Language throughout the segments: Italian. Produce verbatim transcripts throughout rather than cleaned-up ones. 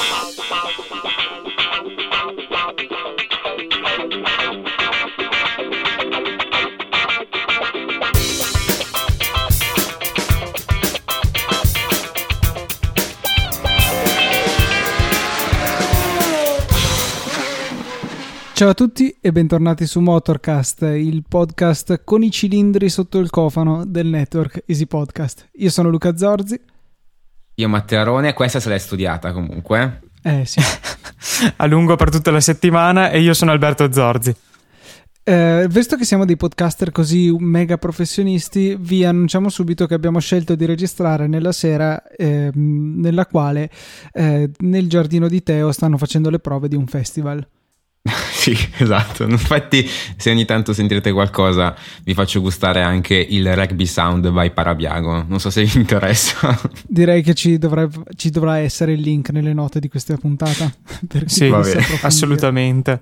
Ciao a tutti e bentornati su Motorcast, il podcast con i cilindri sotto il cofano del network Easy Podcast. Io sono Luca Zorzi. Io Matteo Arone, questa se l'hai studiata comunque. Eh sì. A lungo per tutta la settimana, e io sono Alberto Zorzi. Eh, visto che siamo dei podcaster così mega professionisti, vi annunciamo subito che abbiamo scelto di registrare nella sera eh, nella quale eh, nel giardino di Teo stanno facendo le prove di un festival. Sì, esatto. Infatti, se ogni tanto sentirete qualcosa, vi faccio gustare anche il Rugby Sound by Parabiago. Non so se vi interessa. Direi che ci, dovrebbe, ci dovrà essere il link nelle note di questa puntata. Per sì, assolutamente.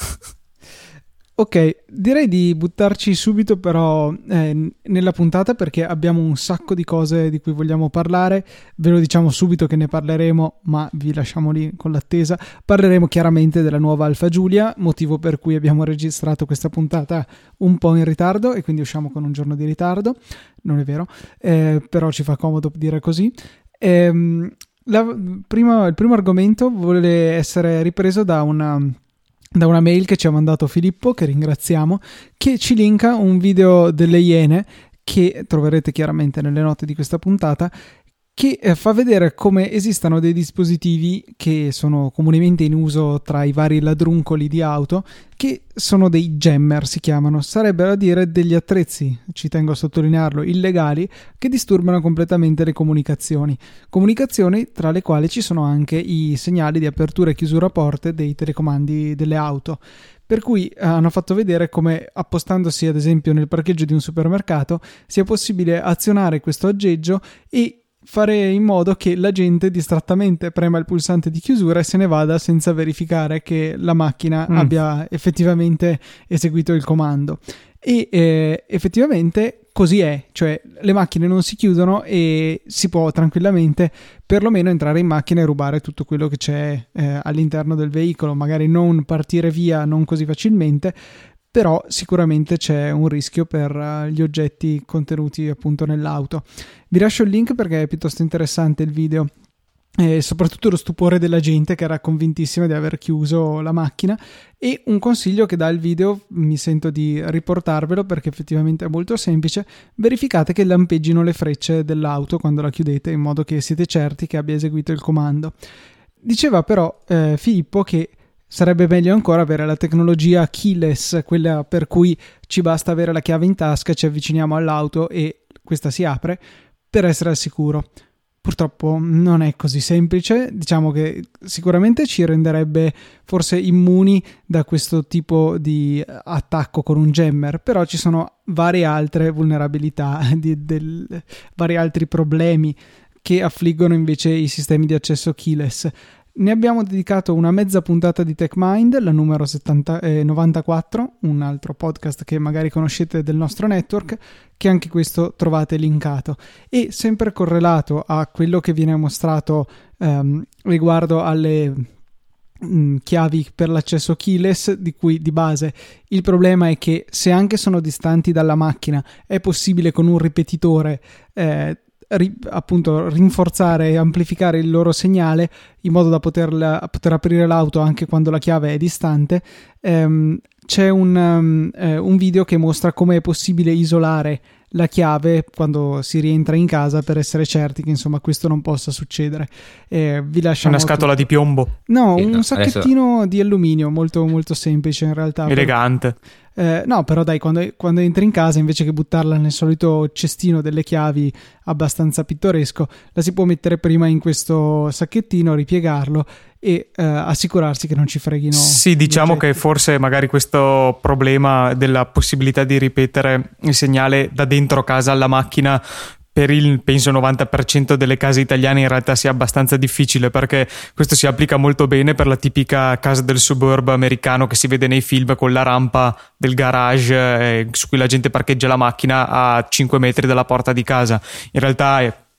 Ok, direi di buttarci subito però eh, nella puntata, perché abbiamo un sacco di cose di cui vogliamo parlare. Ve lo diciamo subito che ne parleremo, ma vi lasciamo lì con l'attesa. Parleremo chiaramente della nuova Alfa Giulia, motivo per cui abbiamo registrato questa puntata un po' in ritardo e quindi usciamo con un giorno di ritardo. Non è vero, eh, però ci fa comodo dire così. Ehm, la, prima, il primo argomento vuole essere ripreso da una... da una mail che ci ha mandato Filippo, che ringraziamo, che ci linka un video delle Iene, che troverete chiaramente nelle note di questa puntata, che fa vedere come esistano dei dispositivi che sono comunemente in uso tra i vari ladruncoli di auto, che sono dei jammer, si chiamano, sarebbero a dire degli attrezzi, ci tengo a sottolinearlo, illegali, che disturbano completamente le comunicazioni. Comunicazioni tra le quali ci sono anche i segnali di apertura e chiusura porte dei telecomandi delle auto. Per cui eh, hanno fatto vedere come, appostandosi ad esempio nel parcheggio di un supermercato, sia possibile azionare questo aggeggio e fare in modo che la gente distrattamente prema il pulsante di chiusura e se ne vada senza verificare che la macchina mm. abbia effettivamente eseguito il comando. E eh, effettivamente così è, cioè le macchine non si chiudono e si può tranquillamente perlomeno entrare in macchina e rubare tutto quello che c'è eh, all'interno del veicolo, magari non partire via non così facilmente, però sicuramente c'è un rischio per uh, gli oggetti contenuti appunto nell'auto. Vi lascio il link perché è piuttosto interessante il video, e soprattutto lo stupore della gente che era convintissima di aver chiuso la macchina. E un consiglio che dà il video, mi sento di riportarvelo perché effettivamente è molto semplice: verificate che lampeggino le frecce dell'auto quando la chiudete, in modo che siete certi che abbia eseguito il comando. Diceva però eh, Filippo che sarebbe meglio ancora avere la tecnologia keyless, quella per cui ci basta avere la chiave in tasca, ci avviciniamo all'auto e questa si apre, per essere al sicuro. Purtroppo non è così semplice, diciamo che sicuramente ci renderebbe forse immuni da questo tipo di attacco con un jammer, però ci sono varie altre vulnerabilità, di, del, vari altri problemi che affliggono invece i sistemi di accesso keyless. Ne abbiamo dedicato una mezza puntata di TechMind, la numero settanta, eh, novantaquattro, un altro podcast che magari conoscete del nostro network, che anche questo trovate linkato. E sempre correlato a quello che viene mostrato ehm, riguardo alle mh, chiavi per l'accesso keyless, di cui di base il problema è che se anche sono distanti dalla macchina è possibile con un ripetitore eh, Ri, appunto rinforzare e amplificare il loro segnale in modo da poterla, poter aprire l'auto anche quando la chiave è distante. Ehm, c'è un, um, eh, un video che mostra come è possibile isolare la chiave quando si rientra in casa per essere certi che insomma questo non possa succedere. Eh, vi lasciamo una scatola tu... di piombo? No, eh, un no, sacchettino adesso... di alluminio molto molto semplice in realtà. Elegante. Eh, no, però dai, quando, quando entri in casa, invece che buttarla nel solito cestino delle chiavi abbastanza pittoresco, la si può mettere prima in questo sacchettino, ripiegarlo e eh, assicurarsi che non ci freghino. Sì, diciamo che forse magari questo problema della possibilità di ripetere il segnale da dentro casa alla macchina per il penso novanta per cento delle case italiane in realtà sia abbastanza difficile, perché questo si applica molto bene per la tipica casa del suburb americano che si vede nei film con la rampa del garage eh, su cui la gente parcheggia la macchina a cinque metri dalla porta di casa. In realtà è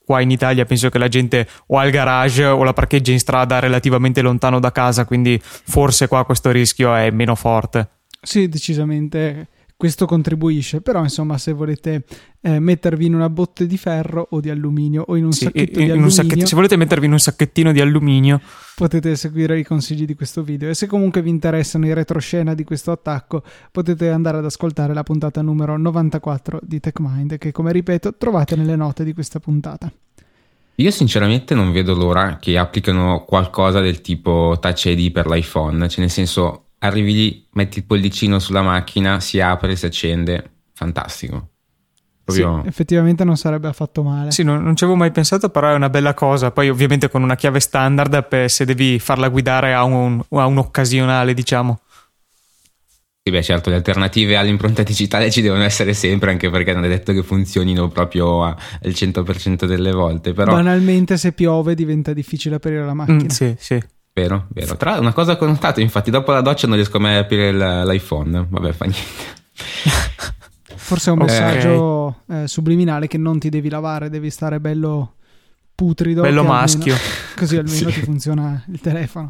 qua in Italia penso che la gente o ha il garage o la parcheggia in strada relativamente lontano da casa, quindi forse qua questo rischio è meno forte. Sì, decisamente questo contribuisce, però insomma se volete eh, mettervi in una botte di ferro o di alluminio o in un sì, sacchetto in, di in alluminio, un sacchetto, se volete mettervi in un sacchettino di alluminio potete seguire i consigli di questo video, e se comunque vi interessano i retroscena di questo attacco potete andare ad ascoltare la puntata numero novantaquattro di TechMind, che come ripeto trovate nelle note di questa puntata. Io sinceramente non vedo l'ora che applicano qualcosa del tipo Touch I D per l'iPhone, cioè nel senso arrivi lì, metti il pollicino sulla macchina, si apre, si accende, fantastico. Proprio... Sì, effettivamente non sarebbe affatto male. Sì, non, non ci avevo mai pensato, però è una bella cosa. Poi ovviamente con una chiave standard per se devi farla guidare a un, a un occasionale, diciamo. Sì, beh, certo, le alternative all'impronta digitale ci devono essere sempre, anche perché non è detto che funzionino proprio al cento per cento delle volte. Però... Banalmente se piove diventa difficile aprire la macchina. Mm, sì, sì. Vero, vero. Tra una cosa che ho notato, infatti, dopo la doccia non riesco mai a aprire l'iPhone. Vabbè, fa niente. Forse è un messaggio okay. eh, subliminale che non ti devi lavare, devi stare bello putrido. Bello maschio. Almeno, così almeno sì. ti funziona il telefono.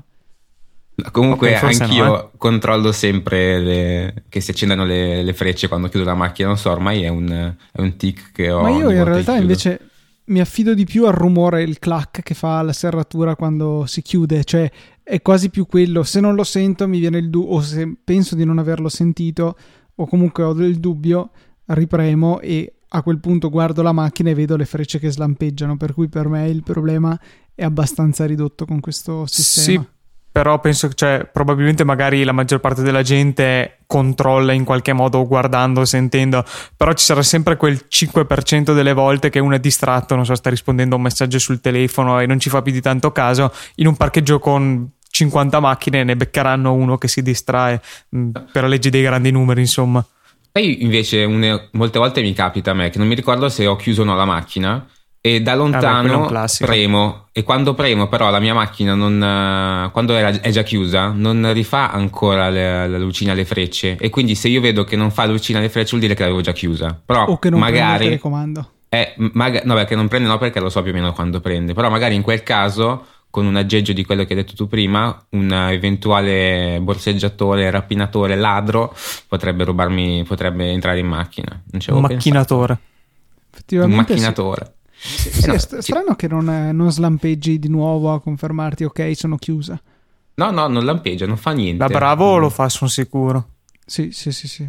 No, comunque okay, anch'io no, eh. controllo sempre le, che si accendano le, le frecce quando chiudo la macchina. Non so, ormai è un, è un tic che ho. Ma io in realtà invece... mi affido di più al rumore, il clack che fa la serratura quando si chiude, cioè è quasi più quello. Se non lo sento mi viene il dubbio, o se penso di non averlo sentito o comunque ho del dubbio, ripremo e a quel punto guardo la macchina e vedo le frecce che slampeggiano, per cui per me il problema è abbastanza ridotto con questo sistema. Sì. Però penso che cioè, probabilmente magari la maggior parte della gente controlla in qualche modo guardando, sentendo, però ci sarà sempre quel cinque per cento delle volte che uno è distratto, non so, sta rispondendo a un messaggio sul telefono e non ci fa più di tanto caso. In un parcheggio con cinquanta macchine ne beccheranno uno che si distrae mh, per la legge dei grandi numeri, insomma. Poi invece une, molte volte mi capita a me che non mi ricordo se ho chiuso o no la macchina e da lontano ah, beh, premo, e quando premo però la mia macchina non, quando era, è già chiusa non rifà ancora le, la lucina alle frecce, e quindi se io vedo che non fa lucina alle frecce vuol dire che l'avevo già chiusa. Però o che non magari prende il telecomando. Eh, maga- no, perché non prende, no, perché lo so più o meno quando prende, però magari in quel caso con un aggeggio di quello che hai detto tu prima, un eventuale borseggiatore, rapinatore, ladro potrebbe rubarmi, potrebbe entrare in macchina. Non un macchinatore. Effettivamente un macchinatore. Sì. Sì, sì, no, è st- strano che non, è, non slampeggi di nuovo a confermarti ok, sono chiusa. No, no, non lampeggia, non fa niente. Da bravo lo fa, sono sicuro. Sì, sì, sì, sì.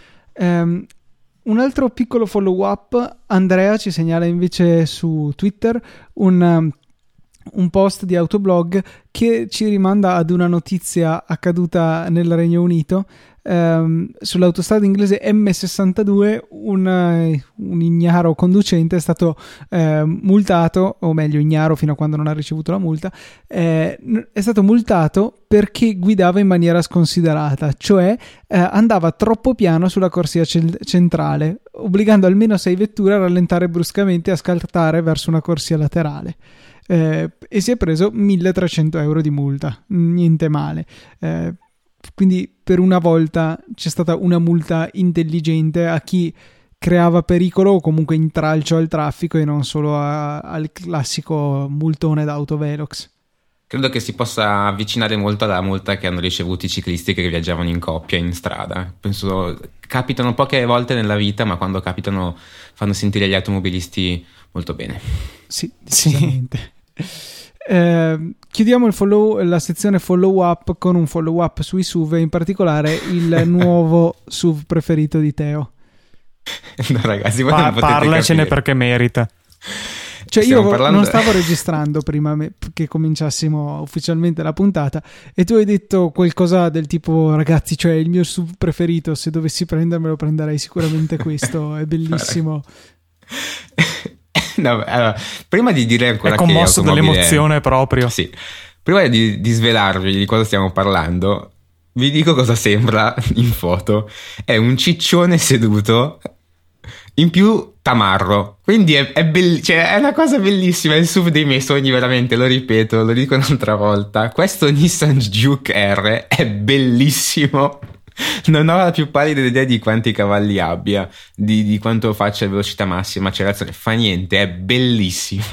Um, un altro piccolo follow up, Andrea ci segnala invece su Twitter un, um, un post di Autoblog che ci rimanda ad una notizia accaduta nel Regno Unito. Um, sull'autostrada inglese M sessantadue un, uh, un ignaro conducente è stato uh, multato, o meglio ignaro fino a quando non ha ricevuto la multa, eh, è stato multato perché guidava in maniera sconsiderata, cioè uh, andava troppo piano sulla corsia ce- centrale, obbligando almeno sei vetture a rallentare bruscamente e a scartare verso una corsia laterale. Eh, e si è preso milletrecento euro di multa, niente male. Eh, quindi per una volta c'è stata una multa intelligente a chi creava pericolo o comunque intralcio al traffico e non solo a, al classico multone da autovelox. Credo che si possa avvicinare molto alla multa che hanno ricevuto i ciclisti che viaggiavano in coppia in strada. Penso capitano poche volte nella vita, ma quando capitano fanno sentire gli automobilisti molto bene. Sì, decisamente. Sì. Eh, chiudiamo il follow, la sezione follow up con un follow up sui S U V, in particolare il nuovo S U V preferito di Teo. No ragazzi, voi pa- non potete parlacene capire. Perché merita. Cioè Stiamo io parlando... non stavo registrando prima me, che cominciassimo ufficialmente la puntata e tu hai detto qualcosa del tipo ragazzi, cioè il mio S U V preferito, se dovessi prendermelo prenderei sicuramente questo, è bellissimo. No, allora, prima di dire ancora è commosso che dall'emozione proprio. Sì. Prima di, di svelarvi di cosa stiamo parlando, vi dico cosa sembra in foto. È un ciccione seduto, in più tamarro. Quindi è, è, bell- cioè, è una cosa bellissima. È il S U V dei miei sogni, veramente. Lo ripeto, lo dico un'altra volta. Questo Nissan Juke R è bellissimo. Non ho la più pallida idea di quanti cavalli abbia, di, di quanto faccia velocità massima, accelerazione, fa niente, è bellissimo.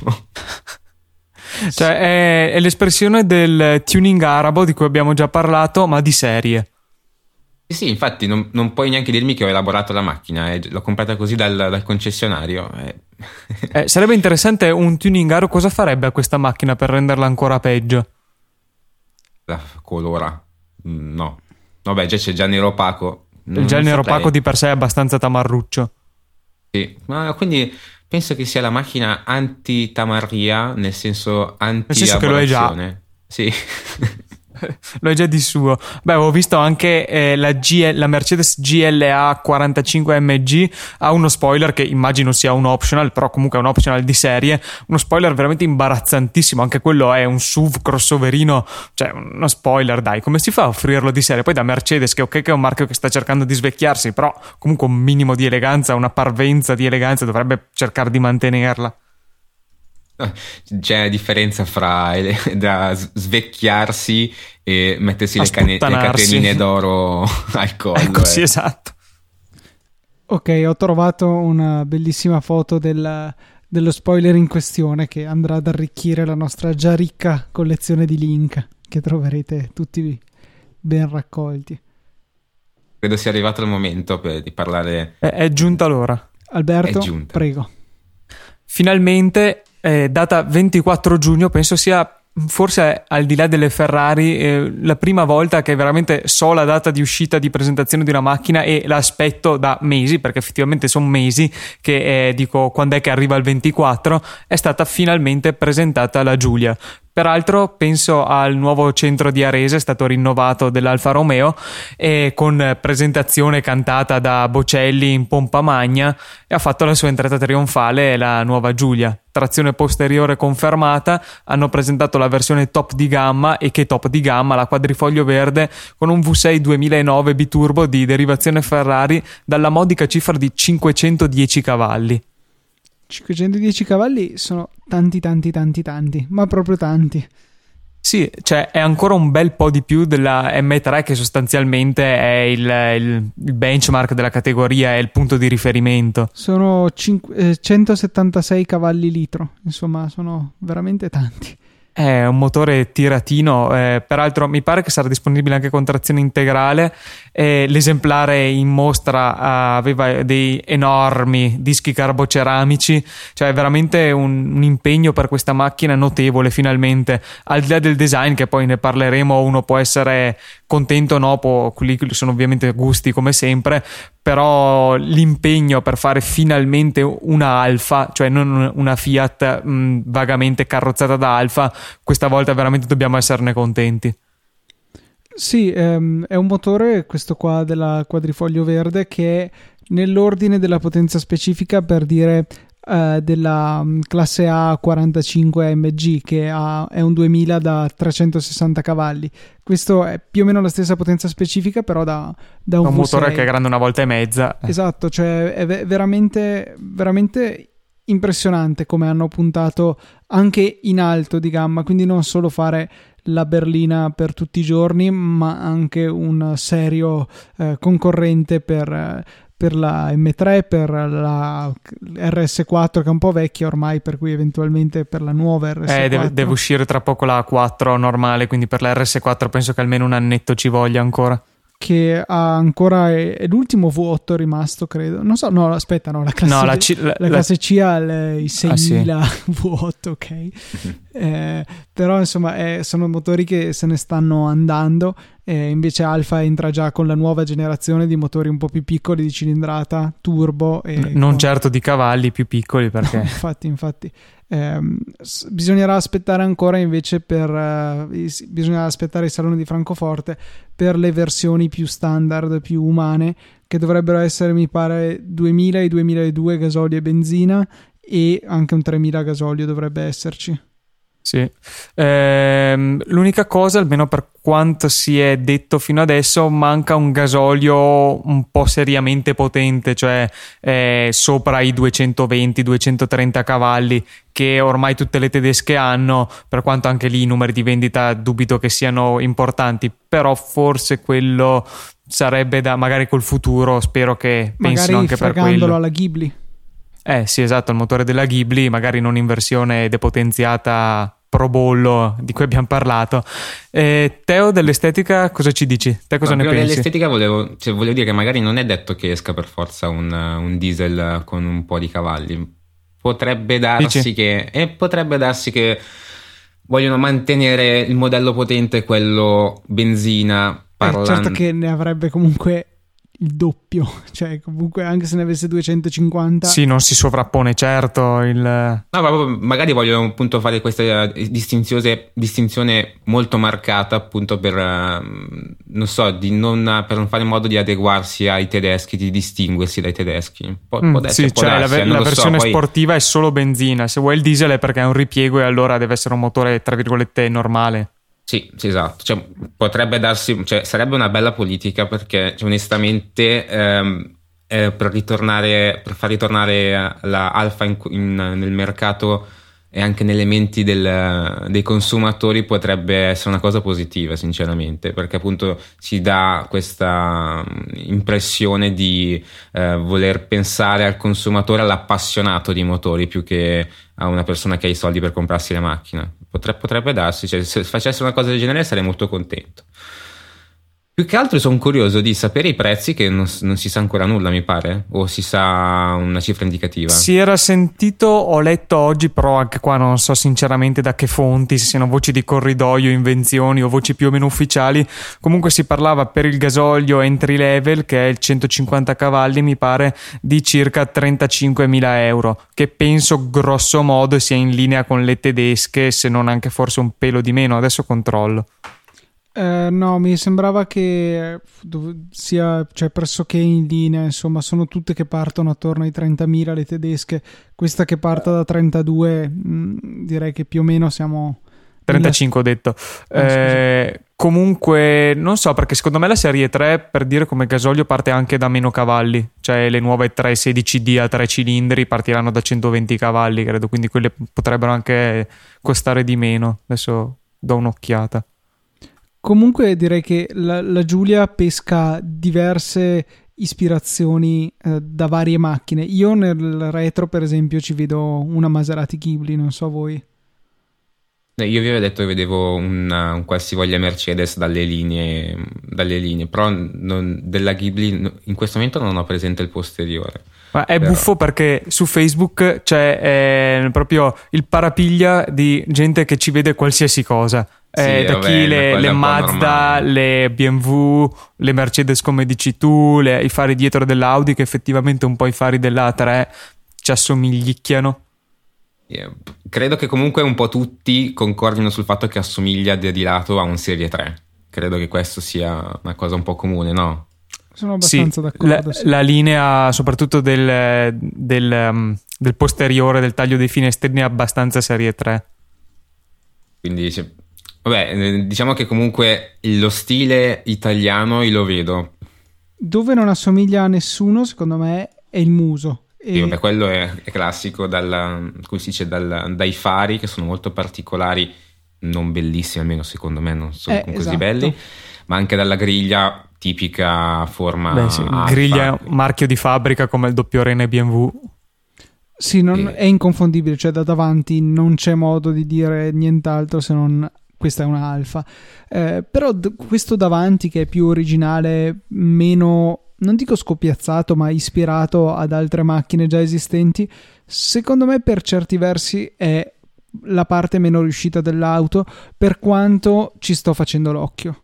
Cioè è, è l'espressione del tuning arabo di cui abbiamo già parlato, ma di serie. Sì, infatti non, non puoi neanche dirmi che ho elaborato la macchina, eh, l'ho comprata così dal, dal concessionario. Eh. Eh, sarebbe interessante un tuning arabo, cosa farebbe a questa macchina per renderla ancora peggio? La colora, no. Vabbè, già c'è già nero opaco. Il già nero opaco di per sé è abbastanza tamarruccio. Sì, ma quindi penso che sia la macchina anti-tamarria, nel senso anti-elaborazione. Nel senso che lo è già. Sì. Lo è già di suo. Beh, avevo visto anche eh, la, G- la Mercedes G L A quarantacinque M G ha uno spoiler che immagino sia un optional, però comunque è un optional di serie, uno spoiler veramente imbarazzantissimo. Anche quello è un S U V crossoverino, cioè uno spoiler, dai, come si fa a offrirlo di serie? Poi da Mercedes, che ok che è un marchio che sta cercando di svecchiarsi, però comunque un minimo di eleganza, una parvenza di eleganza dovrebbe cercare di mantenerla. C'è differenza fra da svecchiarsi e mettersi le, cane- le catenine d'oro al collo. Ecco, eh. sì, esatto. Ok, ho trovato una bellissima foto del, dello spoiler in questione che andrà ad arricchire la nostra già ricca collezione di link che troverete tutti ben raccolti. Credo sia arrivato il momento per, di parlare. È, è giunta l'ora. Alberto, è giunta. Prego. Finalmente, eh, data ventiquattro giugno, penso sia forse al di là delle Ferrari eh, la prima volta che veramente so la data di uscita di presentazione di una macchina e l'aspetto da mesi, perché effettivamente sono mesi che eh, dico quando è che arriva il ventiquattro, è stata finalmente presentata la Giulia. Peraltro penso al nuovo centro di Arese, è stato rinnovato dell'Alfa Romeo, e con presentazione cantata da Bocelli in pompa magna, e ha fatto la sua entrata trionfale la nuova Giulia. Trazione posteriore confermata, hanno presentato la versione top di gamma, e che top di gamma, la quadrifoglio verde con un V sei duemilanove biturbo di derivazione Ferrari dalla modica cifra di cinquecentodieci cavalli. cinquecentodieci cavalli sono tanti tanti tanti tanti, ma proprio tanti. Sì, cioè è ancora un bel po' di più della M tre, che sostanzialmente è il, il, il benchmark della categoria, è il punto di riferimento. Sono cinque, eh, centosettantasei cavalli litro, insomma sono veramente tanti. È un motore tiratino, eh, peraltro mi pare che sarà disponibile anche con trazione integrale. Eh, l'esemplare in mostra eh, aveva dei enormi dischi carboceramici, cioè veramente un, un impegno per questa macchina notevole finalmente, al di là del design, che poi ne parleremo, uno può essere contento o no, può, quelli sono ovviamente gusti come sempre, però l'impegno per fare finalmente una Alfa, cioè non una Fiat mh, vagamente carrozzata da Alfa, questa volta veramente dobbiamo esserne contenti. Sì, ehm, è un motore, questo qua della quadrifoglio verde, che è nell'ordine della potenza specifica, per dire eh, della classe A quarantacinque M G, che ha, è un duemila da trecentosessanta cavalli. Questo è più o meno la stessa potenza specifica, però da, da un, un V sei. Motore che è grande una volta e mezza. Esatto, cioè è veramente, veramente impressionante come hanno puntato anche in alto di gamma, quindi non solo fare la berlina per tutti i giorni, ma anche un serio eh, concorrente per, per la M tre, per la R S quattro, che è un po' vecchia ormai, per cui eventualmente per la nuova R S quattro. Eh, deve, deve uscire tra poco la quattro normale, quindi per la R S quattro penso che almeno un annetto ci voglia ancora. Che ha ancora, è, è l'ultimo V otto rimasto, credo. Non so, no, aspetta, no, la classe, no, la, C, C, la, la classe C ha le, i seimila ah, sì. V otto, ok. eh, però insomma eh, sono motori che se ne stanno andando, eh, invece Alfa entra già con la nuova generazione di motori un po' più piccoli di cilindrata, turbo. E non con... certo di cavalli, più piccoli, perché... No, infatti, infatti. Eh, bisognerà aspettare ancora invece per uh, bisognerà aspettare il salone di Francoforte per le versioni più standard, più umane, che dovrebbero essere, mi pare, duemila e duemiladue gasolio e benzina, e anche un tremila gasolio dovrebbe esserci. Sì, ehm, l'unica cosa, almeno per quanto si è detto fino adesso, manca un gasolio un po' seriamente potente, cioè eh, sopra i duecentoventi duecentotrenta cavalli, che ormai tutte le tedesche hanno, per quanto anche lì i numeri di vendita dubito che siano importanti, però forse quello sarebbe da magari col futuro, spero che magari pensino anche per quello. alla Ghibli. Eh sì, esatto, il motore della Ghibli, magari non in versione depotenziata pro bollo di cui abbiamo parlato. Eh, Teo, dell'estetica cosa ci dici? Te cosa no, ne pensi? Dell'estetica volevo, cioè, volevo dire che magari non è detto che esca per forza un, un diesel con un po' di cavalli. Potrebbe darsi Dici? che e potrebbe darsi che vogliono mantenere il modello potente, quello benzina. Parlando... Eh, certo che ne avrebbe comunque il doppio, cioè comunque anche se ne avesse duecentocinquanta. Sì, non si sovrappone certo il... No, ma magari vogliono appunto fare questa distinzione, distinzione molto marcata appunto per, non so, di non, per non fare in modo di adeguarsi ai tedeschi, di distinguersi dai tedeschi. Può, mm, può essere, sì, può cioè darsi, la, la versione so, poi... sportiva è solo benzina, se vuoi il diesel è perché è un ripiego e allora deve essere un motore tra virgolette normale. Sì, sì, esatto, cioè, potrebbe darsi, cioè, sarebbe una bella politica perché cioè, onestamente ehm, eh, per ritornare, per far ritornare la Alfa in, in, nel mercato e anche nelle menti del, dei consumatori potrebbe essere una cosa positiva, sinceramente, perché appunto si dà questa impressione di eh, voler pensare al consumatore, all'appassionato di motori più che a una persona che ha i soldi per comprarsi la macchina. Potrebbe, potrebbe darsi, cioè, se facesse una cosa del genere sarei molto contento. Più che altro sono curioso di sapere i prezzi, che non, non si sa ancora nulla, mi pare, o si sa una cifra indicativa. Si era sentito, ho letto oggi, però anche qua non so sinceramente da che fonti, se siano voci di corridoio, invenzioni o voci più o meno ufficiali. Comunque si parlava per il gasolio entry level, che è il centocinquanta cavalli, mi pare, di circa trentacinquemila euro, che penso grosso modo sia in linea con le tedesche, se non anche forse un pelo di meno. Adesso controllo. Uh, no, mi sembrava che sia, cioè, pressoché in linea, insomma, sono tutte che partono attorno ai trentamila le tedesche. Questa che parta da trentadue, mh, direi che più o meno siamo... trentacinque nella... ho detto. Oh, eh, comunque, non so, perché secondo me la serie tre, per dire come gasolio, parte anche da meno cavalli. Cioè le nuove tre sedici D a tre cilindri partiranno da centoventi cavalli, credo, quindi quelle potrebbero anche costare di meno. Adesso do un'occhiata. Comunque direi che la, la Giulia pesca diverse ispirazioni eh, da varie macchine. Io nel retro, per esempio, ci vedo una Maserati Ghibli, non so voi. Io vi avevo detto che vedevo una, un qualsivoglia Mercedes dalle linee, dalle linee però non, della Ghibli in questo momento non ho presente il posteriore. Ma è Però. buffo perché su Facebook c'è eh, proprio il parapiglia di gente che ci vede qualsiasi cosa. Sì, eh, da vabbè, chi le, le Mazda, le B M W, le Mercedes come dici tu, le, i fari dietro dell'Audi, che effettivamente un po' i fari della A tre ci assomigliano. Yeah. Credo che comunque un po' tutti concordino sul fatto che assomiglia di lato a un Serie tre. Credo che questo sia una cosa un po' comune, no? Sono abbastanza sì, d'accordo. La, sì. la linea soprattutto del, del, um, del posteriore, del taglio dei finestrini è abbastanza Serie tre. Quindi cioè, vabbè, diciamo che comunque lo stile italiano io lo vedo. Dove non assomiglia a nessuno, secondo me, è il muso. E... Sì, vabbè, quello è, è classico dal, come si dice, dal, dai fari, che sono molto particolari, non bellissimi, almeno secondo me non sono eh, così esatto. belli, ma anche dalla griglia tipica forma. Beh, sì, alfa. Griglia marchio di fabbrica come il doppio Rene B M W. Sì, non, è inconfondibile, cioè da davanti non c'è modo di dire nient'altro se non questa è una Alfa. Eh, però d- questo davanti, che è più originale, meno, non dico scopiazzato, ma ispirato ad altre macchine già esistenti, secondo me per certi versi è la parte meno riuscita dell'auto, per quanto ci sto facendo l'occhio.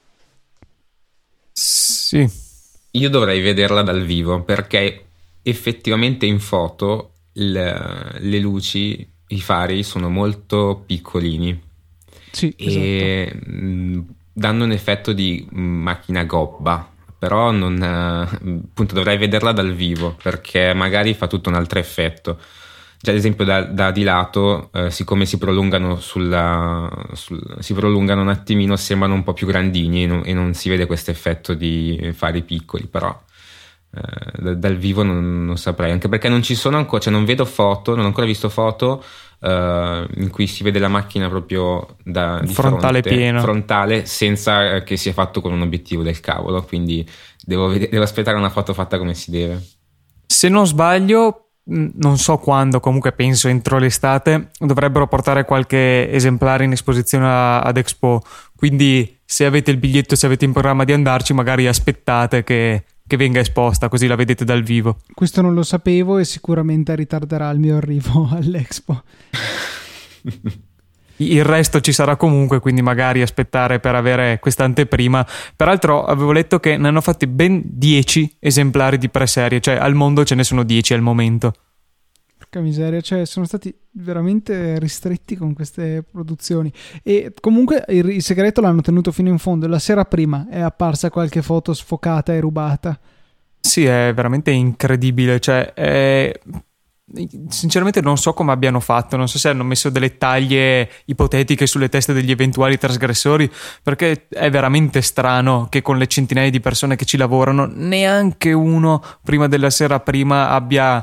Sì. Io dovrei vederla dal vivo, perché effettivamente in foto le, le luci, i fari sono molto piccolini. Sì, e esatto. mh, danno un effetto di macchina gobba, però non, appunto dovrei vederla dal vivo, perché magari fa tutto un altro effetto. Cioè, ad esempio da, da di lato, eh, siccome si prolungano sulla sul, si prolungano un attimino, sembrano un po' più grandini e non, e non si vede questo effetto di fari piccoli, però eh, da, dal vivo non, non saprei, anche perché non ci sono ancora, cioè non vedo foto, non ho ancora visto foto in cui si vede la macchina proprio da di frontale fronte, pieno, frontale, senza che sia fatto con un obiettivo del cavolo, quindi devo, vedere, devo aspettare una foto fatta come si deve. Se non sbaglio, non so quando, comunque penso entro l'estate, dovrebbero portare qualche esemplare in esposizione ad Expo, quindi se avete il biglietto, se avete in programma di andarci, magari aspettate che che venga esposta, così la vedete dal vivo. Questo non lo sapevo e sicuramente ritarderà il mio arrivo all'Expo. Il resto ci sarà comunque, quindi magari aspettare per avere questa anteprima. Peraltro avevo letto che ne hanno fatti ben dieci esemplari di preserie, cioè al mondo ce ne sono dieci al momento. Porca miseria, cioè sono stati veramente ristretti con queste produzioni. E comunque il, il segreto l'hanno tenuto fino in fondo. La sera prima è apparsa qualche foto sfocata e rubata. Sì, è veramente incredibile, cioè è... sinceramente non so come abbiano fatto, non so se hanno messo delle taglie ipotetiche sulle teste degli eventuali trasgressori, perché è veramente strano che con le centinaia di persone che ci lavorano neanche uno prima della sera prima abbia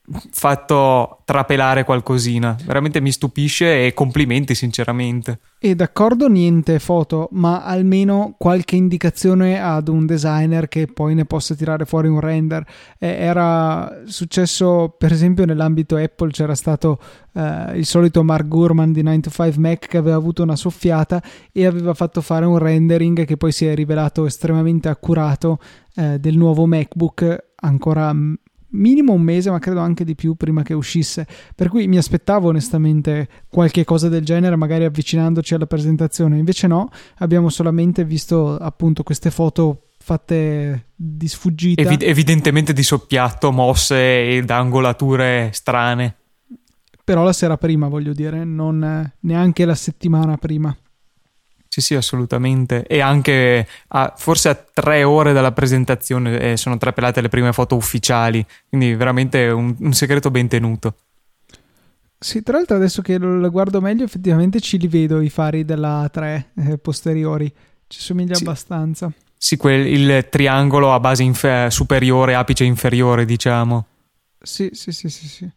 fatto trapelare qualcosina. Veramente mi stupisce e complimenti sinceramente. E d'accordo, niente foto, ma almeno qualche indicazione ad un designer che poi ne possa tirare fuori un render. Eh, era successo per esempio nell'ambito Apple, c'era stato eh, il solito Mark Gurman di nine to five Mac che aveva avuto una soffiata e aveva fatto fare un rendering che poi si è rivelato estremamente accurato eh, del nuovo MacBook, ancora minimo un mese, ma credo anche di più prima che uscisse, per cui mi aspettavo onestamente qualche cosa del genere, magari avvicinandoci alla presentazione. Invece no, abbiamo solamente visto appunto queste foto fatte di sfuggita, Evid- evidentemente di soppiatto, mosse ed angolature strane, però la sera prima, voglio dire, non neanche la settimana prima. Sì, sì, assolutamente. E anche a, forse a tre ore dalla presentazione eh, sono trapelate le prime foto ufficiali, quindi veramente un, un segreto ben tenuto. Sì, tra l'altro adesso che lo, lo guardo meglio effettivamente ci li vedo i fari della A tre eh, posteriori, ci somiglia sì. abbastanza. Sì, quel, il triangolo a base inf- superiore, apice inferiore, diciamo. Sì, sì, sì, sì, sì.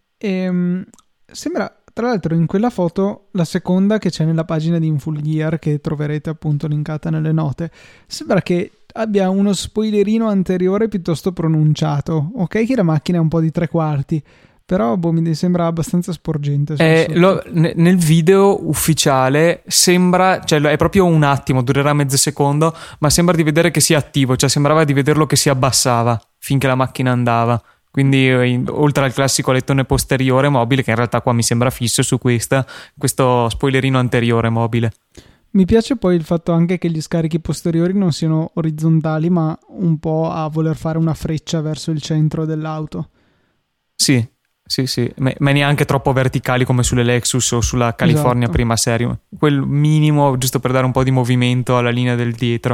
E, sembra... Tra l'altro in quella foto, la seconda che c'è nella pagina di Infulgear, che troverete appunto linkata nelle note, sembra che abbia uno spoilerino anteriore piuttosto pronunciato. Ok che la macchina è un po' di tre quarti, però boh, mi sembra abbastanza sporgente. Eh, lo, n- nel video ufficiale sembra, cioè è proprio un attimo, durerà mezzo secondo, ma sembra di vedere che sia attivo, cioè sembrava di vederlo che si abbassava finché la macchina andava. Quindi in, oltre al classico lettone posteriore mobile, che in realtà qua mi sembra fisso su questa, questo spoilerino anteriore mobile. Mi piace poi il fatto anche che gli scarichi posteriori non siano orizzontali, ma un po' a voler fare una freccia verso il centro dell'auto. Sì, sì, sì, ma, ma neanche troppo verticali come sulle Lexus o sulla California esatto. Prima serie. Quel minimo giusto per dare un po' di movimento alla linea del dietro.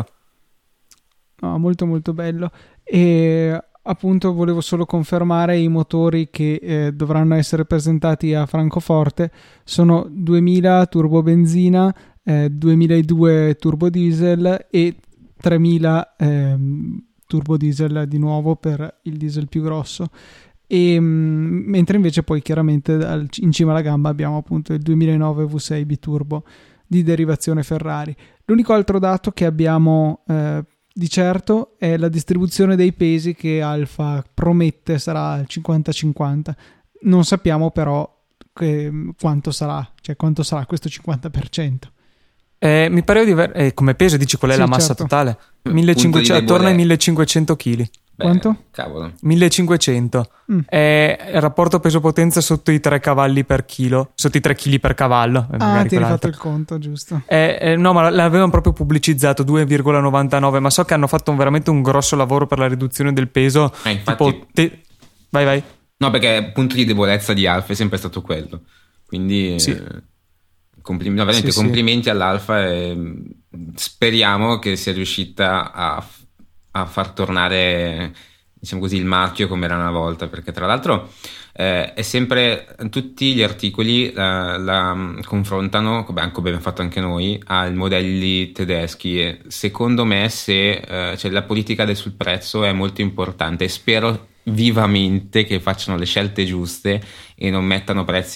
No, molto molto bello. E... appunto volevo solo confermare i motori che eh, dovranno essere presentati a Francoforte. Sono duemila turbo benzina, eh, duemiladue turbo diesel e tremila eh, turbo diesel di nuovo per il diesel più grosso. E, mh, mentre invece poi chiaramente al, in cima alla gamba abbiamo appunto il duemilanove V sei biturbo di derivazione Ferrari. L'unico altro dato che abbiamo eh, di certo è la distribuzione dei pesi che Alfa promette sarà cinquanta cinquanta. Non sappiamo però che, quanto sarà, cioè quanto sarà questo cinquanta per cento. Eh, mi pare di ver- eh, come peso dici qual è sì, la massa certo. Totale? millecinquecento, attorno ai millecinquecento chili. Beh, quanto? Cavolo. millecinquecento. Mm. È il rapporto peso-potenza sotto i tre cavalli per chilo, sotto i tre chili per cavallo. Ah, ti hai fatto il conto, giusto? Eh, eh, no, ma l'avevano proprio pubblicizzato, due virgola novantanove, ma so che hanno fatto un, veramente un grosso lavoro per la riduzione del peso. Eh, infatti... tipo te... Vai, vai. No, perché il punto di debolezza di Alfa è sempre stato quello. Quindi... Sì. Eh... Complim- no, veramente sì, complimenti sì. all'Alfa e speriamo che sia riuscita a, a far tornare, diciamo così, il marchio come era una volta, perché tra l'altro eh, è sempre, tutti gli articoli la, la confrontano, come abbiamo fatto anche noi, ai modelli tedeschi e secondo me se eh, cioè la politica del sul prezzo è molto importante e spero vivamente che facciano le scelte giuste e non mettano prezzi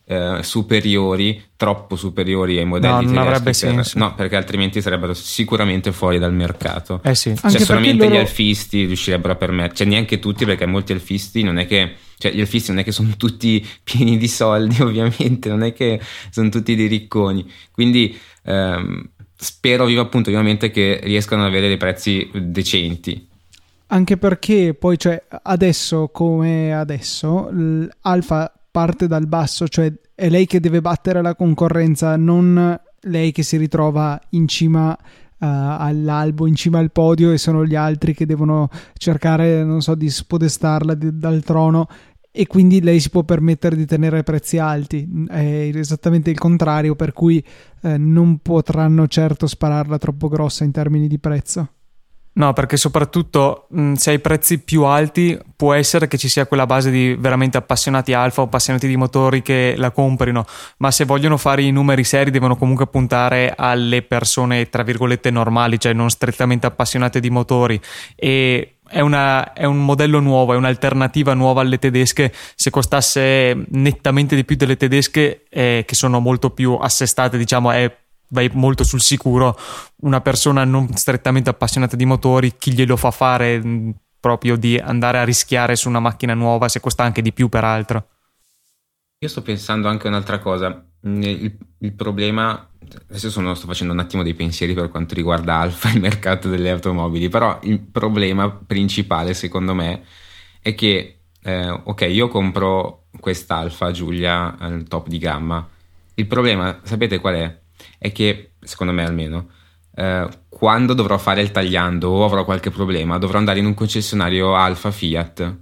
eh, superiori, troppo superiori ai modelli no, non avrebbe tedeschi per, senso. no, perché altrimenti sarebbero sicuramente fuori dal mercato. Eh sì. Cioè Anche solamente loro... gli alfisti riuscirebbero a permettere, cioè neanche tutti, perché molti alfisti non è che, cioè gli alfisti non è che sono tutti pieni di soldi, ovviamente, non è che sono tutti dei ricconi, quindi ehm, spero vivo appunto vivamente che riescano ad avere dei prezzi decenti. Anche perché poi, cioè, adesso come adesso Alfa parte dal basso, cioè è lei che deve battere la concorrenza, non lei che si ritrova in cima uh, all'albo, in cima al podio, e sono gli altri che devono cercare, non so, di spodestarla di, dal trono, e quindi lei si può permettere di tenere prezzi alti. È esattamente il contrario, per cui eh, non potranno certo spararla troppo grossa in termini di prezzo. No, perché soprattutto mh, se hai prezzi più alti può essere che ci sia quella base di veramente appassionati Alfa o appassionati di motori che la comprino, ma se vogliono fare i numeri seri devono comunque puntare alle persone tra virgolette normali, cioè non strettamente appassionate di motori, e è, una, è un modello nuovo, è un'alternativa nuova alle tedesche. Se costasse nettamente di più delle tedesche, eh, che sono molto più assestate, diciamo, è vai molto sul sicuro, una persona non strettamente appassionata di motori, chi glielo fa fare mh, proprio di andare a rischiare su una macchina nuova, se costa anche di più peraltro? Io sto pensando anche a un'altra cosa. Il, il problema, adesso sono, sto facendo un attimo dei pensieri per quanto riguarda Alfa, il mercato delle automobili, però il problema principale secondo me è che eh, ok, io compro quest'Alfa Giulia al top di gamma, il problema sapete qual è? È che, secondo me almeno, eh, quando dovrò fare il tagliando o avrò qualche problema, dovrò andare in un concessionario Alfa Fiat.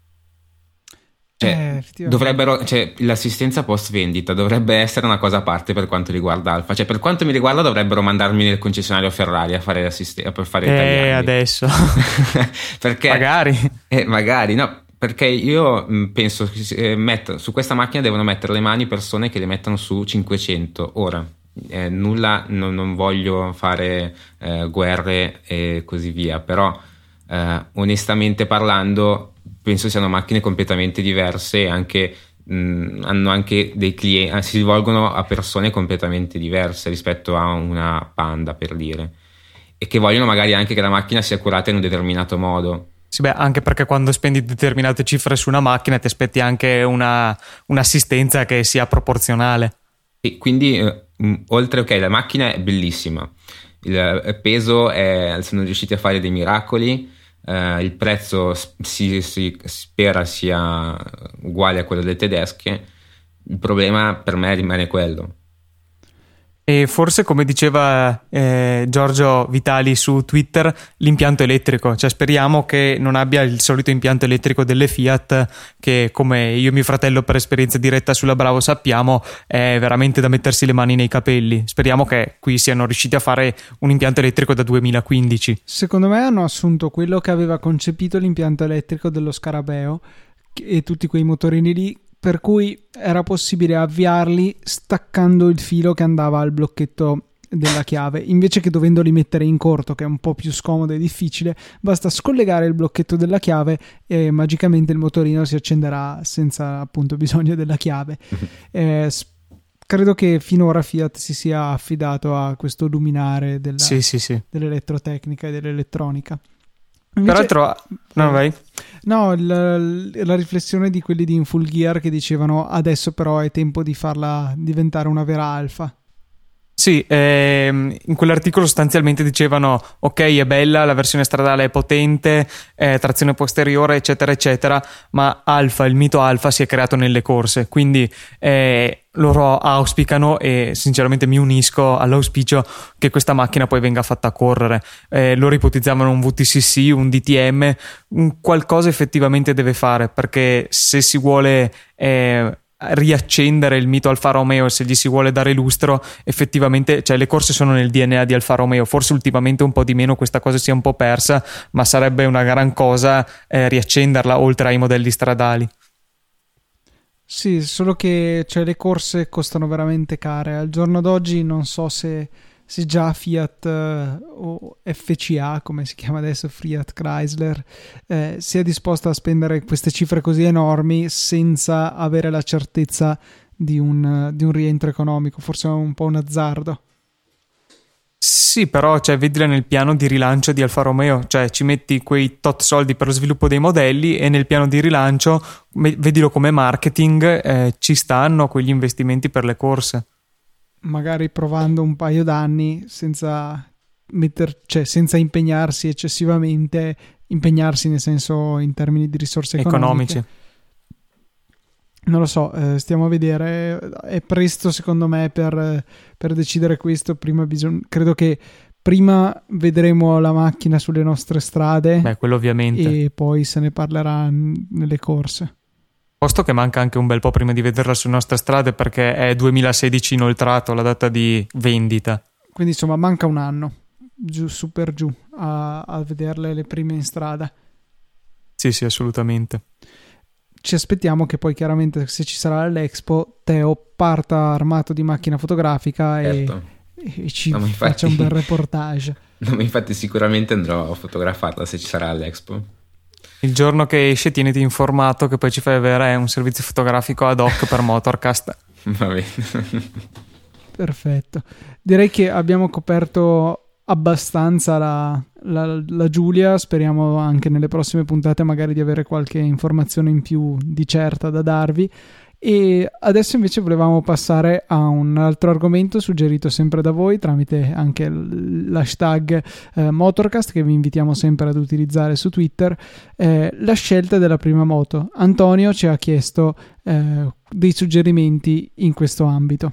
Cioè, eh, dovrebbero, cioè, l'assistenza post vendita dovrebbe essere una cosa a parte per quanto riguarda Alfa. Cioè, per quanto mi riguarda, dovrebbero mandarmi nel concessionario Ferrari a fare l'assistenza, per fare i tagliandi. Eh, adesso. Perché, magari. Eh, magari, no. Perché io mh, penso che eh, metto, su questa macchina devono mettere le mani persone che le mettono su cinquecento. Ora, eh, nulla, no, non voglio fare eh, guerre e così via, però eh, onestamente parlando penso siano macchine completamente diverse e anche, mh, hanno anche dei clienti, si rivolgono a persone completamente diverse rispetto a una Panda, per dire, e che vogliono magari anche che la macchina sia curata in un determinato modo. Sì, beh, anche perché quando spendi determinate cifre su una macchina ti aspetti anche una, un'assistenza che sia proporzionale. E quindi eh, mh, oltre, ok, la macchina è bellissima, il peso è, sono riusciti a fare dei miracoli, eh, il prezzo si, si spera sia uguale a quello delle tedesche, il problema per me rimane quello. E forse, come diceva eh, Giorgio Vitali su Twitter, l'impianto elettrico, cioè speriamo che non abbia il solito impianto elettrico delle Fiat, che come io e mio fratello per esperienza diretta sulla Bravo sappiamo è veramente da mettersi le mani nei capelli. Speriamo che qui siano riusciti a fare un impianto elettrico da duemilaquindici. Secondo me hanno assunto quello che aveva concepito l'impianto elettrico dello Scarabeo e tutti quei motorini lì, per cui era possibile avviarli staccando il filo che andava al blocchetto della chiave, invece che dovendoli mettere in corto, che è un po' più scomodo e difficile. Basta scollegare il blocchetto della chiave e magicamente il motorino si accenderà senza appunto bisogno della chiave. eh, credo che finora Fiat si sia affidato a questo luminare della, sì, sì, sì. dell'elettrotecnica e dell'elettronica. Invece, peraltro no, vai. No, la, la riflessione di quelli di Infulgear che dicevano adesso però è tempo di farla diventare una vera Alfa. Sì, ehm, in quell'articolo sostanzialmente dicevano ok, è bella, la versione stradale è potente, eh, trazione posteriore eccetera eccetera, ma Alfa, il mito Alfa si è creato nelle corse, quindi eh, loro auspicano, e sinceramente mi unisco all'auspicio, che questa macchina poi venga fatta correre. Eh, loro ipotizzavano un V T C C, un D T M, un qualcosa effettivamente deve fare, perché se si vuole eh, riaccendere il mito Alfa Romeo, se gli si vuole dare lustro, effettivamente, cioè le corse sono nel D N A di Alfa Romeo, forse ultimamente un po' di meno questa cosa si è un po' persa, ma sarebbe una gran cosa eh, riaccenderla oltre ai modelli stradali. Sì, solo che cioè, le corse costano veramente care. Al giorno d'oggi non so se, se già Fiat eh, o F C A, come si chiama adesso, Fiat Chrysler, eh, sia disposta a spendere queste cifre così enormi senza avere la certezza di un, di un rientro economico, forse è un po' un azzardo. Sì, però cioè, vedila nel piano di rilancio di Alfa Romeo, cioè ci metti quei tot soldi per lo sviluppo dei modelli e nel piano di rilancio me- vedilo come marketing, eh, ci stanno quegli investimenti per le corse. Magari provando un paio d'anni senza, metter, cioè, senza impegnarsi eccessivamente, impegnarsi nel senso in termini di risorse economiche. Economici. Non lo so, eh, stiamo a vedere, è presto secondo me per, per decidere questo, prima bisogna, credo che prima vedremo la macchina sulle nostre strade. Beh, quello ovviamente. E poi se ne parlerà nelle corse. Posto che manca anche un bel po' prima di vederla sulle nostre strade perché è duemilasedici inoltrato la data di vendita. Quindi insomma manca un anno, giù, su per giù, a, a vederle le prime in strada. Sì, sì, assolutamente. Ci aspettiamo che poi chiaramente se ci sarà l'Expo Teo parta armato di macchina fotografica certo. e, e ci no, infatti, faccia un bel reportage. No, infatti sicuramente andrò a fotografarla se ci sarà l'Expo. Il giorno che esce tieniti informato che poi ci fai avere un servizio fotografico ad hoc per Motorcast. Va bene. Perfetto. Direi che abbiamo coperto abbastanza la, la, la Giulia, speriamo anche nelle prossime puntate magari di avere qualche informazione in più di certa da darvi. E adesso invece volevamo passare a un altro argomento suggerito sempre da voi tramite anche l'hashtag eh, Motorcast, che vi invitiamo sempre ad utilizzare su Twitter, eh, la scelta della prima moto. Antonio ci ha chiesto eh, dei suggerimenti in questo ambito.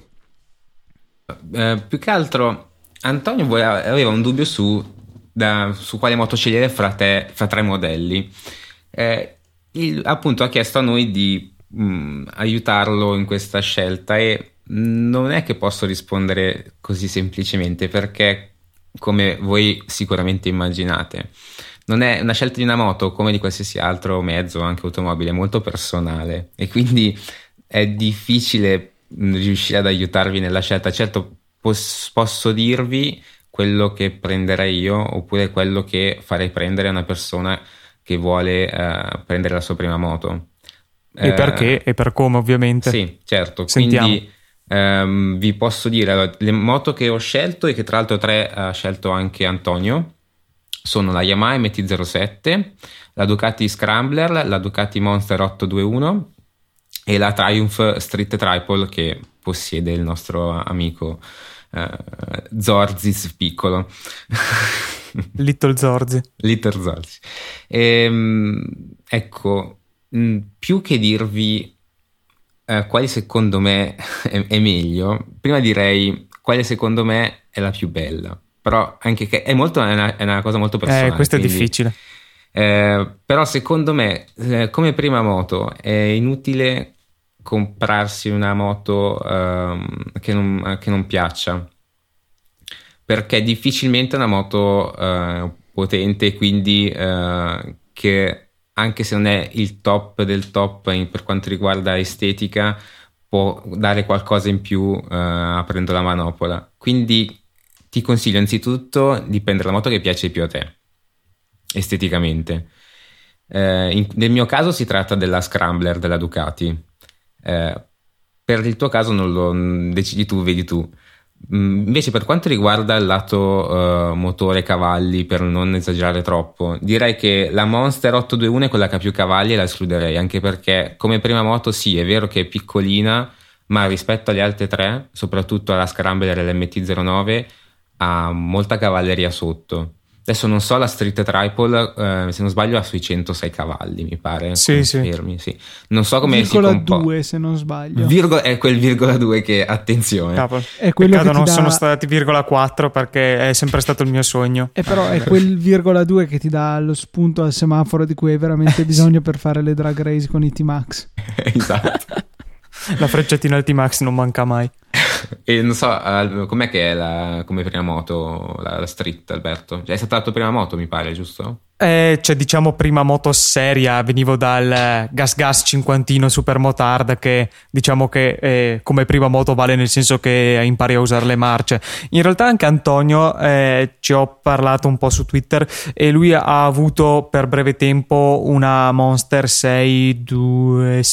Eh, più che altro Antonio voleva, aveva un dubbio su, da, su quale moto scegliere fra, te, fra tre modelli. Eh, il, appunto ha chiesto a noi di mh, aiutarlo in questa scelta e non è che posso rispondere così semplicemente perché, come voi sicuramente immaginate, non è una scelta di una moto come di qualsiasi altro mezzo, anche automobile, molto personale e quindi è difficile riuscire ad aiutarvi nella scelta. Certo, pos- posso dirvi quello che prenderei io oppure quello che farei prendere a una persona che vuole uh, prendere la sua prima moto. E uh, perché e per come, ovviamente. Sì, certo. Sentiamo. Quindi um, vi posso dire allora, le moto che ho scelto e che tra l'altro tre ha scelto anche Antonio sono la Yamaha M T zero sette, la Ducati Scrambler, la Ducati Monster ottocentoventiuno e la Triumph Street Triple che possiede il nostro amico uh, Zorzis piccolo. Little Zorzi. Little Zorzi. Ehm, ecco, mh, più che dirvi uh, quale secondo me è, è meglio, prima direi quale secondo me è la più bella. Però anche che è, molto, è, una, è una cosa molto personale. Eh, questo quindi, è difficile. Eh, però secondo me, eh, come prima moto, è inutile comprarsi una moto um, che, non, che non piaccia, perché difficilmente è una moto uh, potente, quindi uh, che anche se non è il top del top in, per quanto riguarda estetica, può dare qualcosa in più uh, aprendo la manopola. Quindi ti consiglio innanzitutto di prendere la moto che piace più a te esteticamente. Eh, in, nel mio caso si tratta della Scrambler della Ducati. Eh, per il tuo caso non lo decidi tu, vedi tu. Mm, invece per quanto riguarda il lato uh, motore cavalli, per non esagerare troppo, direi che la Monster ottocentoventiuno è quella che ha più cavalli e la escluderei, anche perché come prima moto sì, è vero che è piccolina, ma rispetto alle altre tre, soprattutto alla Scrambler e l'M T zero nove, ha molta cavalleria sotto. Adesso non so la Street Triple, eh, se non sbaglio ha sui centosei cavalli, mi pare. Sì, sì. sì. Non so come virgola si comporta. due se non sbaglio. Virgo- è quel virgola due che, attenzione. Capo. È quello Peccato che non ti dà... sono stati virgola quattro perché è sempre stato il mio sogno. E però è quel virgola due che ti dà lo spunto al semaforo di cui hai veramente bisogno per fare le drag race con i T-Max. Esatto. La frecciatina al T-Max non manca mai. E non so, uh, com'è che è la, come prima moto la, la Street, Alberto? Cioè, è stata la tua prima moto, mi pare, giusto? Eh, cioè diciamo prima moto seria, venivo dal Gas Gas cinquantino Super Motard che diciamo che eh, come prima moto vale nel senso che impari a usare le marce. In realtà anche Antonio eh, ci ho parlato un po' su Twitter e lui ha avuto per breve tempo una Monster sei due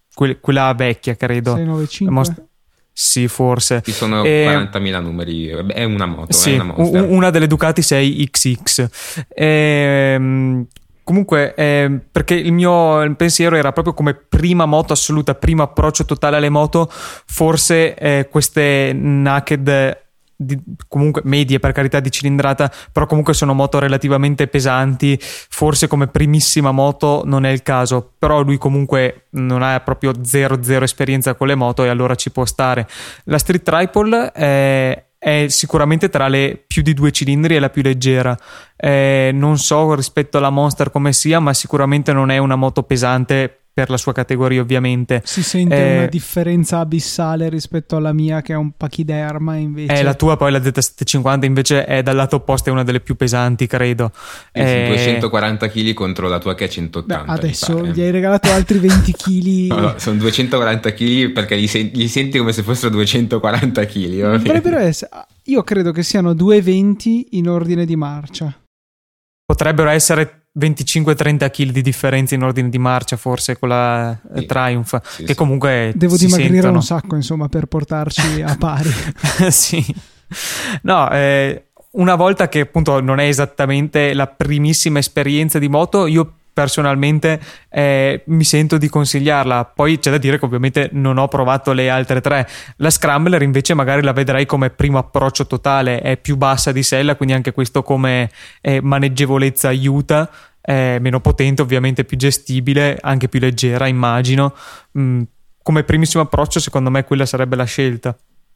que- quella vecchia, credo. sei nove cinque Most- sì, forse. Ci sono e... quarantamila numeri, è una moto, sì, è una Monster. una delle Ducati sei X X. E, comunque, eh, perché il mio il pensiero era proprio come prima moto assoluta, primo approccio totale alle moto, forse eh, queste naked, di, comunque medie per carità di cilindrata, però comunque sono moto relativamente pesanti, forse come primissima moto non è il caso, però lui comunque non ha proprio zero zero esperienza con le moto e allora ci può stare. La Street Tripole è, è sicuramente tra le più di due cilindri è la più leggera, eh, non so rispetto alla Monster come sia, ma sicuramente non è una moto pesante per la sua categoria, ovviamente. Si sente eh, una differenza abissale rispetto alla mia, che è un pachiderma, invece. Eh, la tua poi, la Z settecentocinquanta, invece è dal lato opposto, è una delle più pesanti, credo. Sì, eh... duecentoquaranta chili contro la tua che è centottanta. Beh, adesso gli hai regalato altri venti chili. No, no, sono duecentoquaranta chili perché li, sen- li senti come se fossero duecentoquaranta chili. Dovrebbero essere, io credo che siano due venti in ordine di marcia. Potrebbero essere venticinque trenta chili di differenza in ordine di marcia, forse, con la sì. Triumph, sì, che sì. comunque devo si dimagrire sentono. un sacco, insomma, per portarci a pari. Sì, no, eh, una volta che appunto non è esattamente la primissima esperienza di moto, io personalmente eh, mi sento di consigliarla. Poi c'è da dire che ovviamente non ho provato le altre tre. La Scrambler invece magari la vedrei come primo approccio totale, è più bassa di sella, quindi anche questo come eh, maneggevolezza aiuta, è meno potente, ovviamente più gestibile, anche più leggera, immagino. Mm, come primissimo approccio secondo me quella sarebbe la scelta.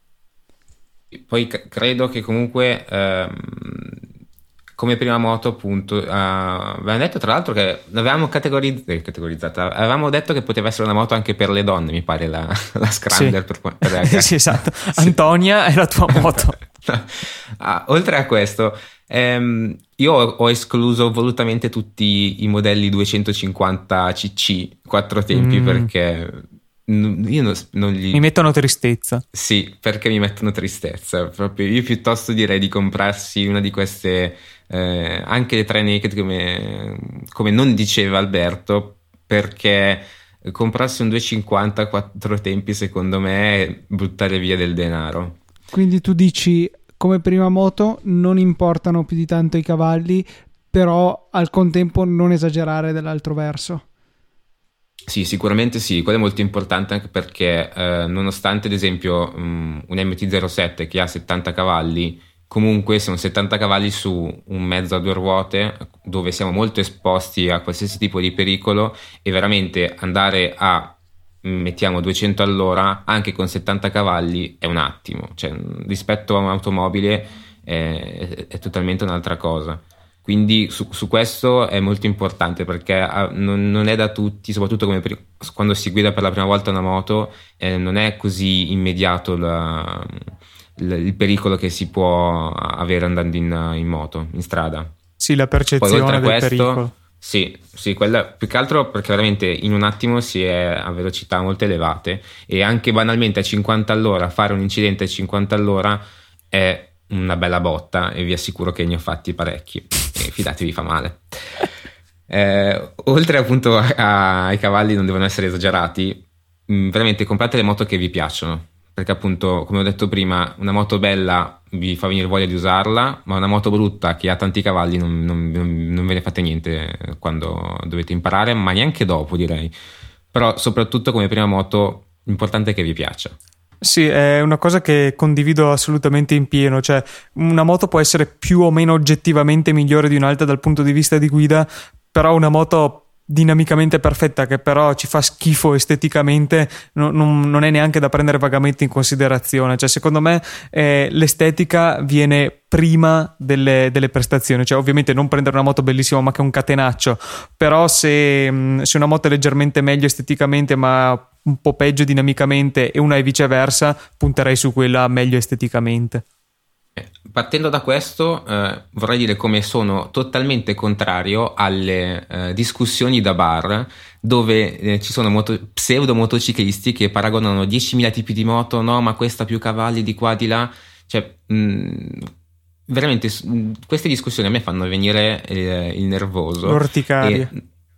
Poi c- credo che comunque ehm, come prima moto, appunto, uh, avevamo detto tra l'altro che l'avevamo categorizz- eh, categorizzata, avevamo detto che poteva essere una moto anche per le donne, mi pare, la, la Scrambler. Sì. Per, per sì, esatto. Sì. Antonia è la tua moto. ah, oltre a questo, ehm, io ho, ho escluso volutamente tutti i modelli duecentocinquanta cc quattro tempi mm. perché io non, non gli... mi mettono tristezza. Sì, perché mi mettono tristezza. Proprio io piuttosto direi di comprarsi una di queste, eh, anche le tre naked come, come non diceva Alberto, perché comprarsi un duecentocinquanta quattro tempi secondo me è buttare via del denaro. Quindi tu dici come prima moto non importano più di tanto i cavalli, però al contempo non esagerare dall'altro verso. Sì, sicuramente sì, quello è molto importante anche perché eh, nonostante ad esempio um, un M T zero sette che ha settanta cavalli, comunque sono settanta cavalli su un mezzo a due ruote dove siamo molto esposti a qualsiasi tipo di pericolo, e veramente andare a, mettiamo duecento all'ora anche con settanta cavalli è un attimo, cioè rispetto a un'automobile è, è totalmente un'altra cosa. Quindi su, su questo è molto importante perché uh, non, non è da tutti, soprattutto come per, quando si guida per la prima volta una moto, eh, non è così immediato la, la, il pericolo che si può avere andando in, in moto, in strada. Sì, la percezione Poi, del questo, pericolo. Sì, sì, quella più che altro perché veramente in un attimo si è a velocità molto elevate, e anche banalmente a cinquanta all'ora fare un incidente a cinquanta all'ora è una bella botta, e vi assicuro che ne ho fatti parecchi e fidatevi, fa male. Eh, oltre appunto a, a, ai cavalli non devono essere esagerati, mh, veramente comprate le moto che vi piacciono, perché appunto come ho detto prima una moto bella vi fa venire voglia di usarla, ma una moto brutta che ha tanti cavalli non, non, non ve ne fate niente quando dovete imparare, ma neanche dopo, direi. Però soprattutto come prima moto l'importante è che vi piaccia. Sì, è una cosa che condivido assolutamente in pieno, cioè una moto può essere più o meno oggettivamente migliore di un'altra dal punto di vista di guida, però una moto dinamicamente perfetta che però ci fa schifo esteticamente no, non, non è neanche da prendere vagamente in considerazione. Cioè secondo me eh, l'estetica viene prima delle, delle prestazioni, cioè ovviamente non prendere una moto bellissima ma che è un catenaccio, però se, se una moto è leggermente meglio esteticamente ma un po' peggio dinamicamente e una è viceversa, punterei su quella meglio esteticamente. Partendo da questo, eh, vorrei dire come sono totalmente contrario alle eh, discussioni da bar dove eh, ci sono moto- pseudo motociclisti che paragonano diecimila tipi di moto, no ma questa più cavalli di qua di là, cioè mh, veramente mh, queste discussioni a me fanno venire eh, il nervoso. L'orticaria. E,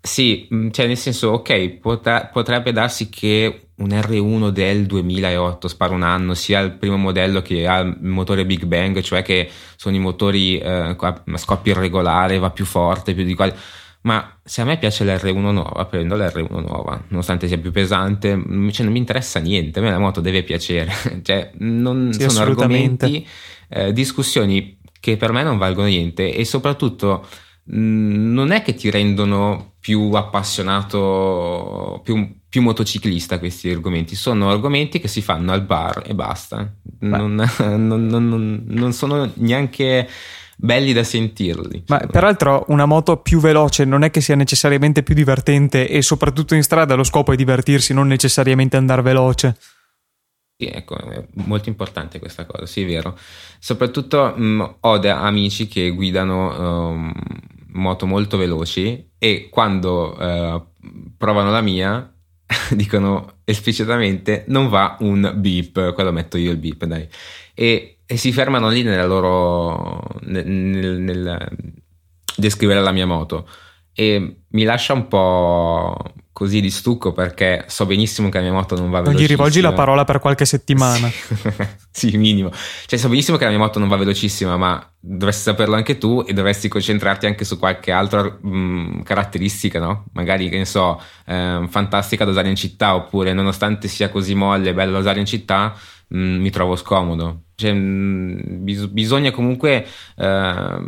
Sì, cioè nel senso, ok, potrà, potrebbe darsi che un erre uno del duemilaotto, sparo un anno, sia il primo modello che ha il motore Big Bang, cioè che sono i motori eh, a scoppio irregolare, va più forte, più di quali. Ma se a me piace l'erre uno nuova, prendo l'erre uno nuova, nonostante sia più pesante, cioè non mi interessa niente, a me la moto deve piacere, cioè non sì, sono argomenti, eh, discussioni che per me non valgono niente e soprattutto mh, non è che ti rendono più appassionato, più, più motociclista questi argomenti, sono argomenti che si fanno al bar e basta, non, non, non, non sono neanche belli da sentirli. Ma peraltro una moto più veloce non è che sia necessariamente più divertente e soprattutto in strada lo scopo è divertirsi, non necessariamente andare veloce. Sì, ecco, è molto importante questa cosa, sì, è vero. Soprattutto mh, ho de- amici che guidano um, moto molto veloci e quando uh, provano la mia dicono esplicitamente non va un beep, quello metto io il beep, dai. E E si fermano lì nella loro nel, nel, nel descrivere la mia moto e mi lascia un po' così di stucco perché so benissimo che la mia moto non va non velocissima. gli rivolgi la parola per qualche settimana. Sì, sì, minimo, cioè so benissimo che la mia moto non va velocissima, ma dovresti saperlo anche tu e dovresti concentrarti anche su qualche altra mh, caratteristica, no? Magari, che ne so, eh, fantastica da usare in città, oppure nonostante sia così molle e bella da usare in città mh, mi trovo scomodo. Cioè, mh, bis- bisogna comunque eh,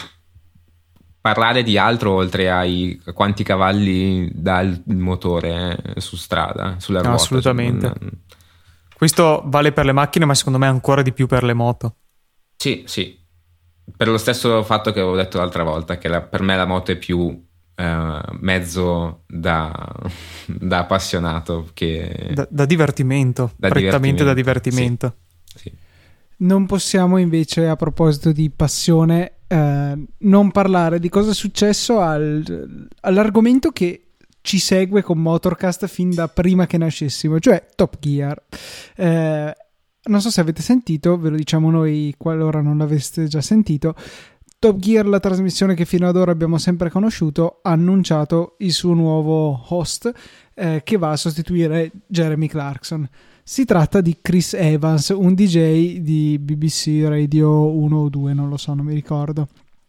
parlare di altro oltre ai quanti cavalli dà il motore eh, su strada, sulla ruota. Assolutamente. Cioè, non... Questo vale per le macchine, ma secondo me ancora di più per le moto. Sì, sì. Per lo stesso fatto che avevo detto l'altra volta, che la, per me la moto è più eh, mezzo da, da appassionato che... Da, da divertimento, da prettamente divertimento. da divertimento. Sì. Sì. Non possiamo invece, a proposito di passione, eh, non parlare di cosa è successo al, all'argomento che ci segue con Motorcast fin da prima che nascessimo, cioè Top Gear. Eh, non so se avete sentito, ve lo diciamo noi qualora non l'aveste già sentito. Top Gear, la trasmissione che fino ad ora abbiamo sempre conosciuto, ha annunciato il suo nuovo host eh, che va a sostituire Jeremy Clarkson. Si tratta di Chris Evans, un D J di B B C Radio uno o due, non lo so, non mi ricordo.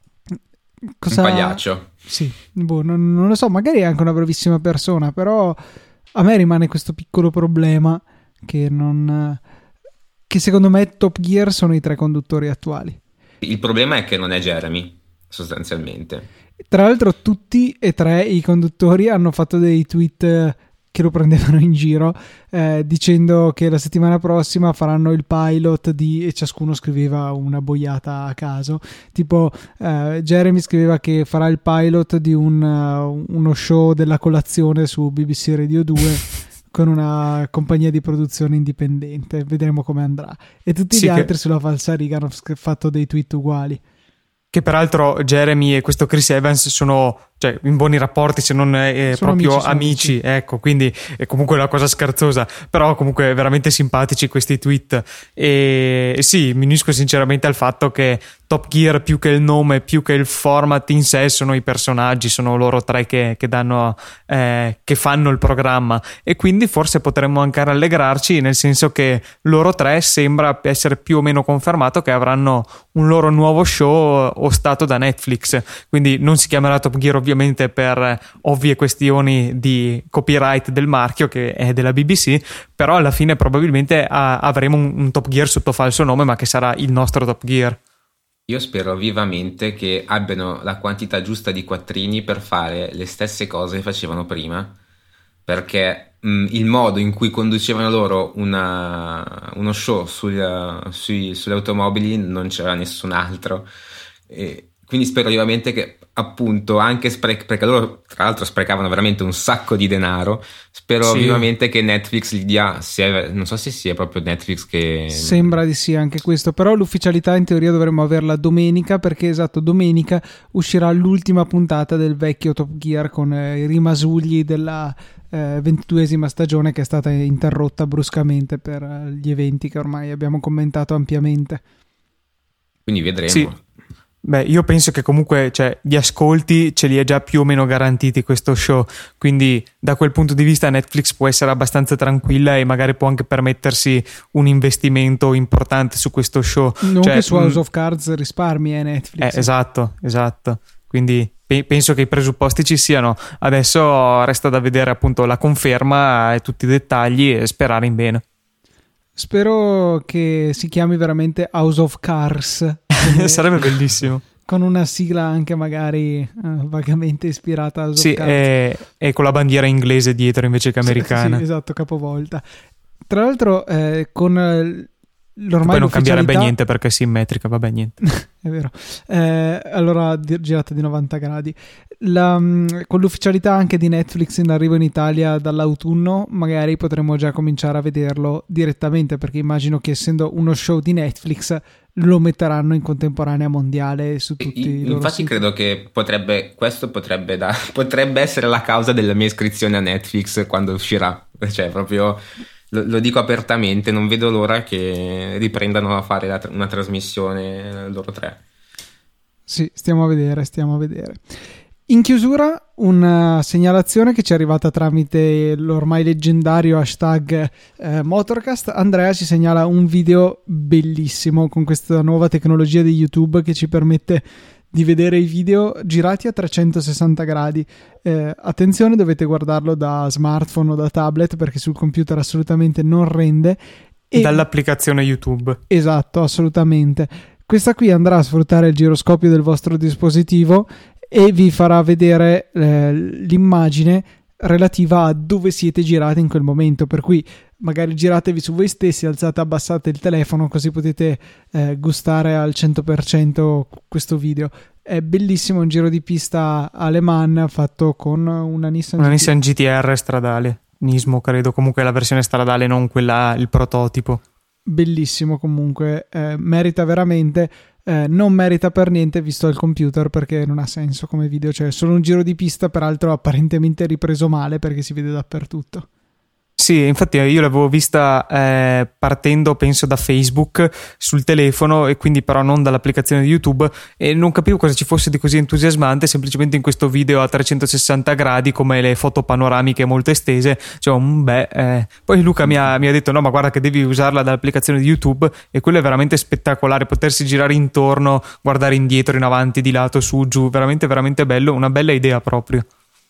Cosa... Un pagliaccio. Sì, boh, non, non lo so, magari è anche una bravissima persona, però a me rimane questo piccolo problema che non... che secondo me Top Gear sono i tre conduttori attuali. Il problema è che non è Jeremy, sostanzialmente. Tra l'altro tutti e tre i conduttori hanno fatto dei tweet che lo prendevano in giro eh, dicendo che la settimana prossima faranno il pilot di, e ciascuno scriveva una boiata a caso, tipo eh, Jeremy scriveva che farà il pilot di un, uh, uno show della colazione su B B C Radio due con una compagnia di produzione indipendente, vedremo come andrà, e tutti sì, gli altri che... sulla falsariga hanno fatto dei tweet uguali. Che peraltro Jeremy e questo Chris Evans sono, cioè, in buoni rapporti, se non eh, proprio amici, amici, amici, ecco, quindi è comunque una cosa scherzosa, però comunque veramente simpatici questi tweet. E, e sì, mi unisco sinceramente al fatto che Top Gear, più che il nome, più che il format in sé, sono i personaggi, sono loro tre che, che danno eh, che fanno il programma, e quindi forse potremmo anche rallegrarci, nel senso che loro tre sembra essere più o meno confermato che avranno un loro nuovo show ostato da Netflix, quindi non si chiamerà Top Gear ovviamente per ovvie questioni di copyright del marchio che è della B B C, però alla fine probabilmente a, avremo un, un Top Gear sotto falso nome, ma che sarà il nostro Top Gear. Io spero vivamente che abbiano la quantità giusta di quattrini per fare le stesse cose che facevano prima, perché mh, il modo in cui conducevano loro una, uno show sul, sui, sulle automobili non c'era nessun altro, e quindi spero vivamente che appunto anche spre- perché loro tra l'altro sprecavano veramente un sacco di denaro, spero sì. vivamente che Netflix gli dia, se, non so se sia proprio Netflix che... Sembra di sì anche questo, però l'ufficialità in teoria dovremmo averla domenica, perché esatto, domenica uscirà l'ultima puntata del vecchio Top Gear con eh, i rimasugli della eh, ventiduesima stagione, che è stata interrotta bruscamente per eh, gli eventi che ormai abbiamo commentato ampiamente. Quindi vedremo. Sì. Beh, io penso che comunque, cioè, gli ascolti ce li è già più o meno garantiti questo show, quindi da quel punto di vista Netflix può essere abbastanza tranquilla e magari può anche permettersi un investimento importante su questo show. Non cioè, che su House mh, of Cards risparmi è Netflix. Eh, esatto, esatto. Quindi pe- penso che i presupposti ci siano. Adesso resta da vedere appunto la conferma e tutti i dettagli e sperare in bene. Spero che si chiami veramente House of Cars. Sarebbe bellissimo. Con una sigla anche magari uh, vagamente ispirata a House Sì, of Cards. e, e con la bandiera inglese dietro invece che americana. Sì, sì, esatto, capovolta. Tra l'altro eh, con eh, l'ormai poi non cambierebbe l'ufficialità... niente perché è simmetrica, vabbè, niente. È vero. Eh, allora di- girata di novanta gradi. La, mh, con l'ufficialità anche di Netflix in arrivo in Italia dall'autunno, magari potremmo già cominciare a vederlo direttamente, perché immagino che essendo uno show di Netflix lo metteranno in contemporanea mondiale su tutti I, i loro infatti siti. credo che potrebbe questo potrebbe, da, potrebbe essere la causa della mia iscrizione a Netflix quando uscirà, cioè proprio lo, lo dico apertamente, non vedo l'ora che riprendano a fare la, una trasmissione loro tre. Sì, stiamo a vedere, stiamo a vedere. In chiusura una segnalazione che ci è arrivata tramite l'ormai leggendario hashtag eh, Motorcast. Andrea ci segnala un video bellissimo con questa nuova tecnologia di YouTube che ci permette di vedere i video girati a trecentosessanta gradi. Eh, attenzione, dovete guardarlo da smartphone o da tablet perché sul computer assolutamente non rende. E... dall'applicazione YouTube. Esatto, assolutamente. Questa qui andrà a sfruttare il giroscopio del vostro dispositivo e vi farà vedere eh, l'immagine relativa a dove siete girati in quel momento, per cui magari giratevi su voi stessi, alzate, abbassate il telefono, così potete eh, gustare al cento per cento questo video. È bellissimo, un giro di pista a Le Mans fatto con una Nissan una G T. Nissan G T R stradale, Nismo credo, comunque la versione stradale, non quella, il prototipo. Bellissimo comunque, eh, merita veramente. Eh, non merita per niente visto al computer perché non ha senso come video, cioè solo un giro di pista, peraltro apparentemente ripreso male perché si vede dappertutto. Sì, infatti io l'avevo vista eh, partendo penso da Facebook sul telefono e quindi però non dall'applicazione di YouTube, e non capivo cosa ci fosse di così entusiasmante semplicemente in questo video a trecentosessanta gradi come le foto panoramiche molto estese, cioè un beh eh. Poi Luca mi ha, mi ha detto no ma guarda che devi usarla dall'applicazione di YouTube, e quello è veramente spettacolare, potersi girare intorno, guardare indietro, in avanti, di lato, su, giù, veramente veramente bello, una bella idea proprio.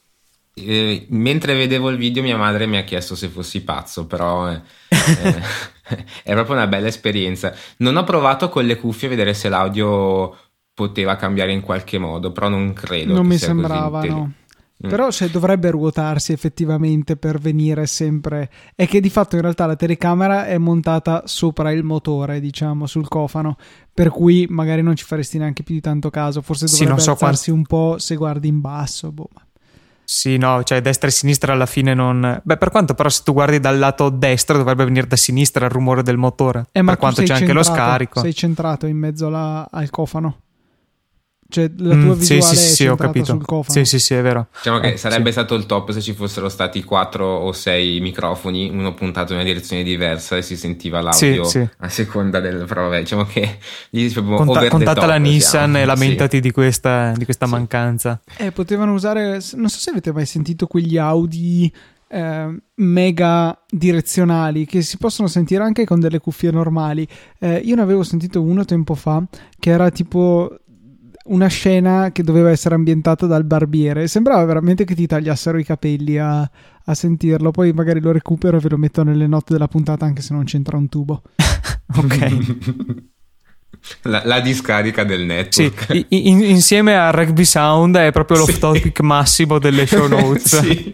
Eh, mentre vedevo il video mia madre mi ha chiesto se fossi pazzo, però eh, eh, è proprio una bella esperienza. Non ho provato con le cuffie a vedere se l'audio poteva cambiare in qualche modo, però non credo Non che mi sia sembrava, così no. Mm. Però cioè, dovrebbe ruotarsi effettivamente per venire sempre. È che di fatto in realtà la telecamera è montata sopra il motore, diciamo, sul cofano, per cui magari non ci faresti neanche più di tanto caso. Forse Sì, dovrebbe non so alzarsi un po' se guardi in basso, boh. Sì, no, cioè destra e sinistra alla fine non... Beh, per quanto però se tu guardi dal lato destro dovrebbe venire da sinistra il rumore del motore, Eh, ma per tu quanto sei c'è anche lo centrato, scarico. sei centrato in mezzo alla- al cofano. Cioè la tua Mm, visuale sì, sì, è sì, ho centrata capito. sul cofano. Sì, sì, sì, è vero. Diciamo che Eh, sarebbe sì. stato il top se ci fossero stati quattro o sei microfoni, uno puntato in una direzione diversa e si sentiva l'audio Sì, sì. a seconda del... Però vabbè, diciamo che lì proprio Conta- over the contatta top la Nissan siamo. e lamentati Sì. di questa, di questa Sì. mancanza. Eh, potevano usare, non so se avete mai sentito quegli Audi eh, mega direzionali che si possono sentire anche con delle cuffie normali. Eh, io ne avevo sentito uno tempo fa che era tipo una scena che doveva essere ambientata dal barbiere. Sembrava veramente che ti tagliassero i capelli a, a sentirlo. Poi magari lo recupero e ve lo metto nelle note della puntata, anche se non c'entra un tubo. Ok. La, la discarica del Sì, network. i- in- insieme a Rugby Sound è proprio l'off Sì. topic massimo delle show notes. Sì.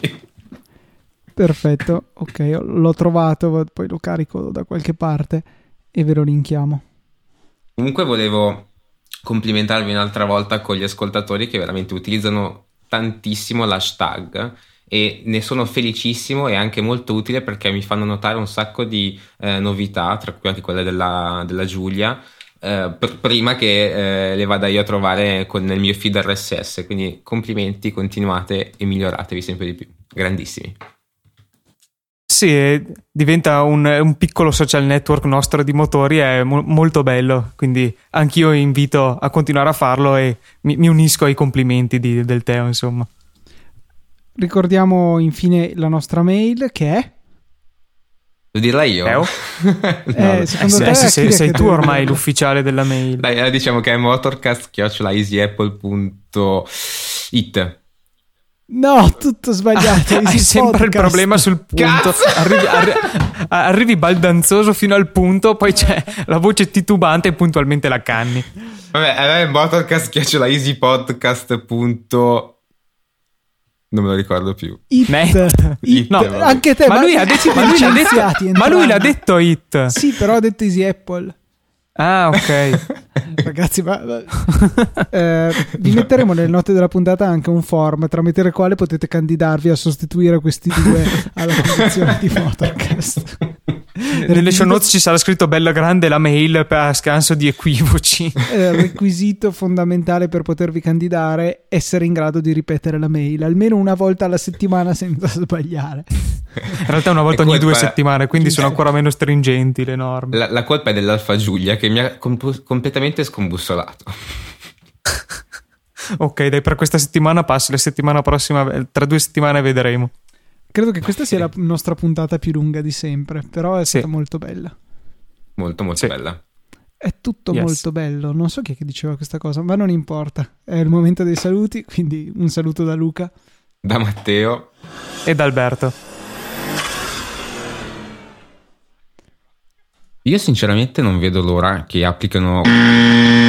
Perfetto, ok, l'ho trovato, poi lo carico da qualche parte e ve lo linkiamo. Comunque volevo complimentarvi un'altra volta con gli ascoltatori che veramente utilizzano tantissimo l'hashtag e ne sono felicissimo, e anche molto utile perché mi fanno notare un sacco di eh, novità, tra cui anche quella della, della Giulia, eh, pr- prima che eh, le vada io a trovare con il mio feed R S S. Quindi complimenti, continuate e miglioratevi sempre di più. Grandissimi. Sì, diventa un, un piccolo social network nostro di motori, è mo- molto bello, quindi anch'io invito a continuare a farlo e mi, mi unisco ai complimenti di, del Teo, insomma. Ricordiamo infine la nostra mail, che è? Devo dirla io? Teo? eh, eh, secondo sì, te sì, sei, sei tu ormai dirlo? l'ufficiale della mail. Dai, diciamo che è motorcast chiocciola easyapple punto it. No, tutto sbagliato. Hai sempre il problema sul punto. Arrivi, arri- arrivi baldanzoso fino al punto, poi c'è la voce titubante e puntualmente la canni. Vabbè, allora è motorcast chiocciola easypodcast punto non me lo ricordo più. It. Net. It. No, anche te. Ma, ma lui ha detto, ma lui l'ha detto, ma lui l'ha detto it. Sì, però ha detto Easy Apple. Ah, ok. Ragazzi, ma, eh, vi metteremo nelle note della puntata anche un form tramite il quale potete candidarvi a sostituire questi due alla posizione di Motorcast. Nelle show notes ci sarà scritto bella grande la mail per a scanso di equivoci. Eh, requisito fondamentale per potervi candidare: essere in grado di ripetere la mail almeno una volta alla settimana senza sbagliare. In realtà una volta ogni due settimane, quindi sono ancora meno stringenti le norme. La, la colpa è dell'Alfa Giulia che mi ha comp- completamente scombussolato. Ok, dai, per questa settimana passi, la settimana prossima, tra due settimane vedremo. Credo che questa sia la nostra puntata più lunga di sempre, però è stata sì. molto bella. Molto molto sì. bella. È tutto Yes. molto bello. Non so chi è che diceva questa cosa, ma non importa. È il momento dei saluti, quindi un saluto da Luca, Da Matteo e da Alberto. Io sinceramente non vedo l'ora che applicano